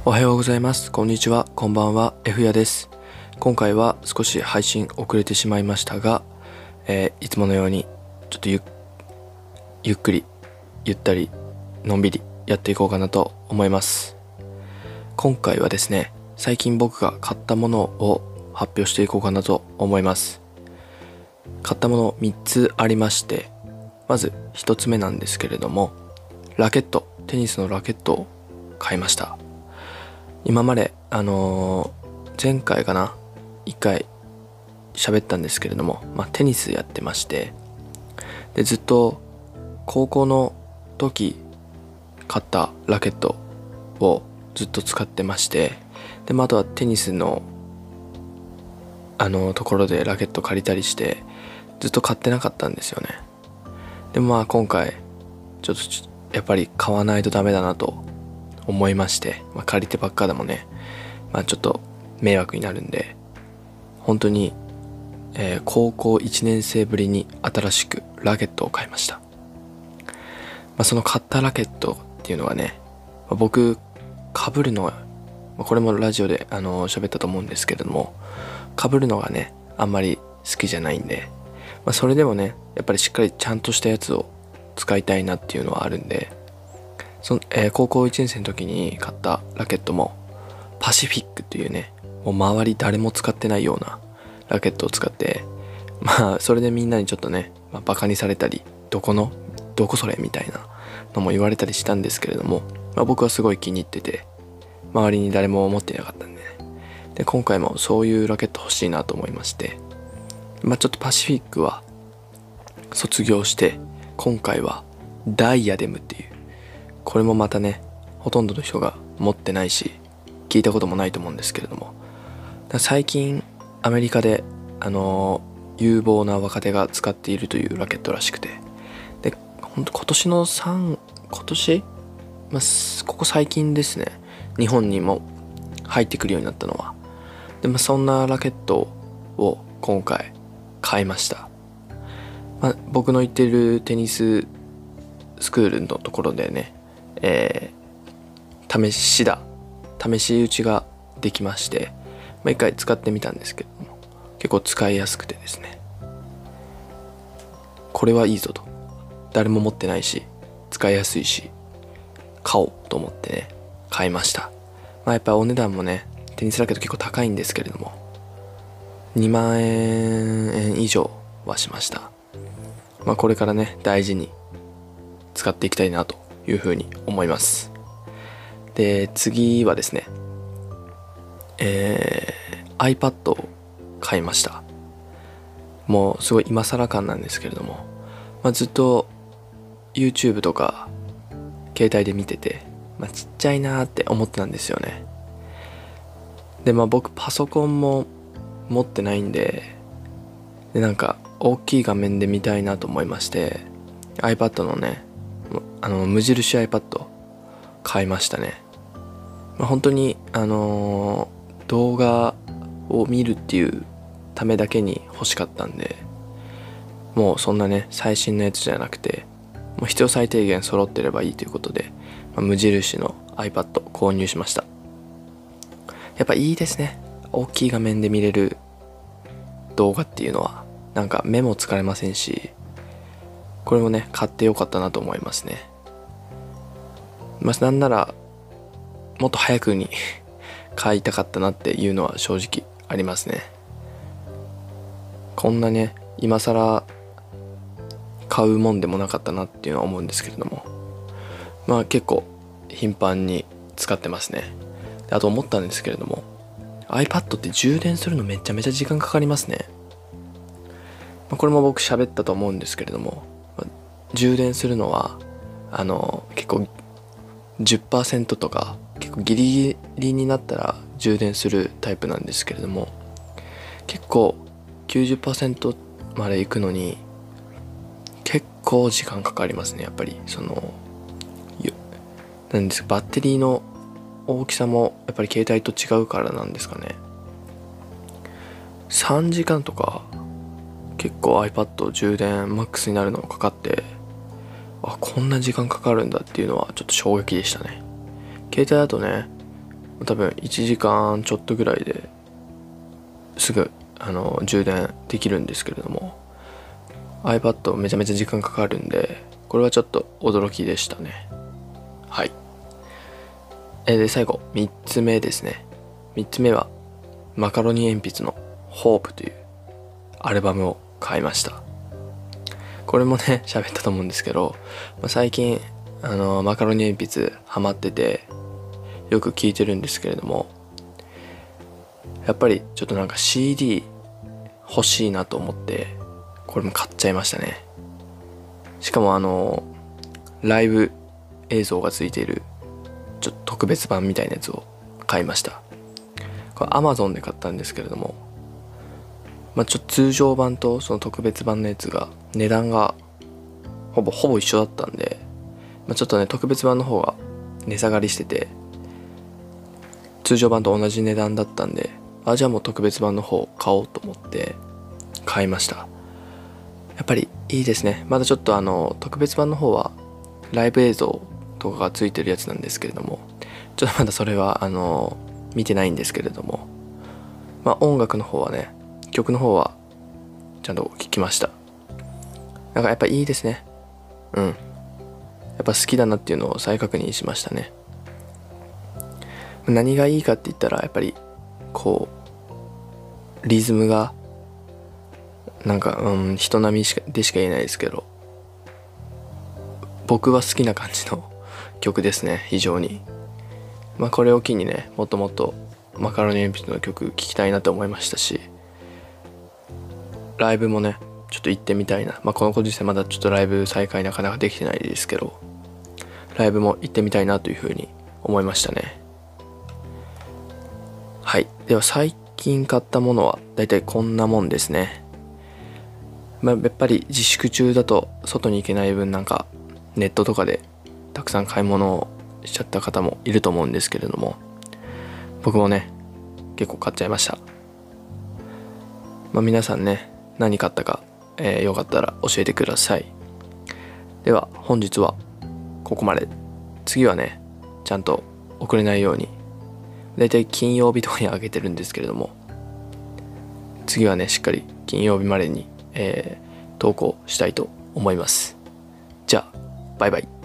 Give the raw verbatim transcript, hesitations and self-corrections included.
おはようございます。こんにちは。こんばんは。F やです。今回は少し配信遅れてしまいましたが、えー、いつものようにちょっとゆゆっくりゆったりのんびりやっていこうかなと思います。今回はですね、最近僕が買ったものを発表していこうかなと思います。買ったものみっつありまして、まずひとつめなんですけれども、ラケット、テニスのラケットを買いました。今まであのー、前回かないっかい喋ったんですけれども、まあ、テニスやってまして、でずっと高校の時買ったラケットをずっと使ってまして、で、まあ、あとはテニスのあのところでラケット借りたりしてずっと買ってなかったんですよね。でもまあ今回ちょっとやっぱり買わないとダメだなと思いまして、まあ、借りてばっかでもね、まあ、ちょっと迷惑になるんで、本当に、えー、高校いちねん生ぶりに新しくラケットを買いました。まあ、その買ったラケットっていうのはね、まあ、僕被るのは、まあ、これもラジオであの喋ったと思うんですけれども、被るのがねあんまり好きじゃないんで、まあ、それでもねやっぱりしっかりちゃんとしたやつを使いたいなっていうのはあるんで、その、えー、高校いちねん生の時に買ったラケットもパシフィックっていうね、もう周り誰も使ってないようなラケットを使って、まあそれでみんなにちょっとね、まあ、バカにされたり、どこのどこそれみたいなのも言われたりしたんですけれども、まあ、僕はすごい気に入ってて、周りに誰も持っていなかったんでね、で今回もそういうラケット欲しいなと思いまして、まあちょっとパシフィックは卒業して、今回はダイヤデムっていう、これもまたねほとんどの人が持ってないし聞いたこともないと思うんですけれども、最近アメリカであのー、有望な若手が使っているというラケットらしくて、でほんと今年の3今年、まあ、ここ最近ですね、日本にも入ってくるようになったのは。で、まあ、そんなラケットを今回買いました。まあ、僕の行っているテニススクールのところでね、えー、試しだ試し打ちができまして、まあ、一回使ってみたんですけども、結構使いやすくてですね、これはいいぞと、誰も持ってないし使いやすいし買おうと思ってね買いました。まあやっぱお値段もね、テニスラケット結構高いんですけれどもにまんえん以上はしました。まあこれからね大事に使っていきたいなというふうに思います。で次はですね、えー、iPad を買いました。もうすごい今更感なんですけれども、まあ、ずっと YouTube とか携帯で見てて、まあ、ちっちゃいなーって思ってたんですよね。でまあ僕パソコンも持ってないんで、でなんか大きい画面で見たいなと思いまして iPad のね、あの無印 iPad 買いましたね。まあ、本当にあのー、動画を見るっていうためだけに欲しかったんで、もうそんなね最新のやつじゃなくて、もう必要最低限揃ってればいいということで、まあ、無印の iPad 購入しました。やっぱいいですね、大きい画面で見れる動画っていうのは。なんか目も疲れませんし、これもね買ってよかったなと思いますね。まあなんならもっと早くに買いたかったなっていうのは正直ありますね。こんなね今更買うもんでもなかったなっていうのは思うんですけれども、まあ結構頻繁に使ってますね。であと思ったんですけれども、 iPad って充電するのめちゃめちゃ時間かかりますね。まあ、これも僕喋ったと思うんですけれども、まあ、充電するのはあの結構 じゅっパーセント とか結構ギリギリになったら充電するタイプなんですけれども、結構 きゅうじゅっパーセント まで行くのに結構時間かかりますね。やっぱりそのなんですか、バッテリーの大きさもやっぱり携帯と違うからなんですかね。さんじかんとか結構 iPad 充電マックスになるのかかって、あこんな時間かかるんだっていうのはちょっと衝撃でしたね。携帯だとね多分いちじかんちょっとぐらいですぐあの充電できるんですけれども、 iPad めちゃめちゃ時間かかるんで、これはちょっと驚きでしたね。はい。えで最後みっつめですね。みっつめはマカロニ鉛筆のホープというアルバムを買いました。これもね喋ったと思うんですけど、まあ、最近あのマカロニ鉛筆ハマっててよく聴いてるんですけれども、やっぱりちょっとなんか シーディー 欲しいなと思ってこれも買っちゃいましたね。しかもあのライブ映像がついているちょっと特別版みたいなやつを買いました。これ Amazon で買ったんですけれども、まあ、ちょっと通常版とその特別版のやつが値段がほぼほぼ一緒だったんで、まあ、ちょっとね特別版の方が値下がりしてて通常版と同じ値段だったんで、あじゃあもう特別版の方買おうと思って買いました。やっぱりいいですね。まだちょっとあの特別版の方はライブ映像とかがついてるやつなんですけれども、ちょっとまだそれはあの見てないんですけれども、まあ音楽の方はね、曲の方はちゃんと聴きました。なんかやっぱいいですね。うん。やっぱ好きだなっていうのを再確認しましたね。何がいいかって言ったらやっぱりこうリズムがなんか、うん、人並みしかでしか言えないですけど、僕は好きな感じの曲ですね、非常に。まあこれを機にね、もっともっとマカロニ鉛筆の曲聴きたいなと思いましたし、ライブもねちょっと行ってみたいな。まあこのご時世まだちょっとライブ再開なかなかできてないですけど、ライブも行ってみたいなというふうに思いましたね。はい。では最近買ったものはだいたいこんなもんですね。まあやっぱり自粛中だと外に行けない分、なんかネットとかでたくさん買い物をしちゃった方もいると思うんですけれども、僕もね結構買っちゃいました。まあ皆さんね何買ったか、えー、よかったら教えてください。では本日はここまで。次はねちゃんと遅れないように、だいたい金曜日とかに上げてるんですけれども、次はねしっかり金曜日までに、えー、投稿したいと思います。じゃあバイバイ。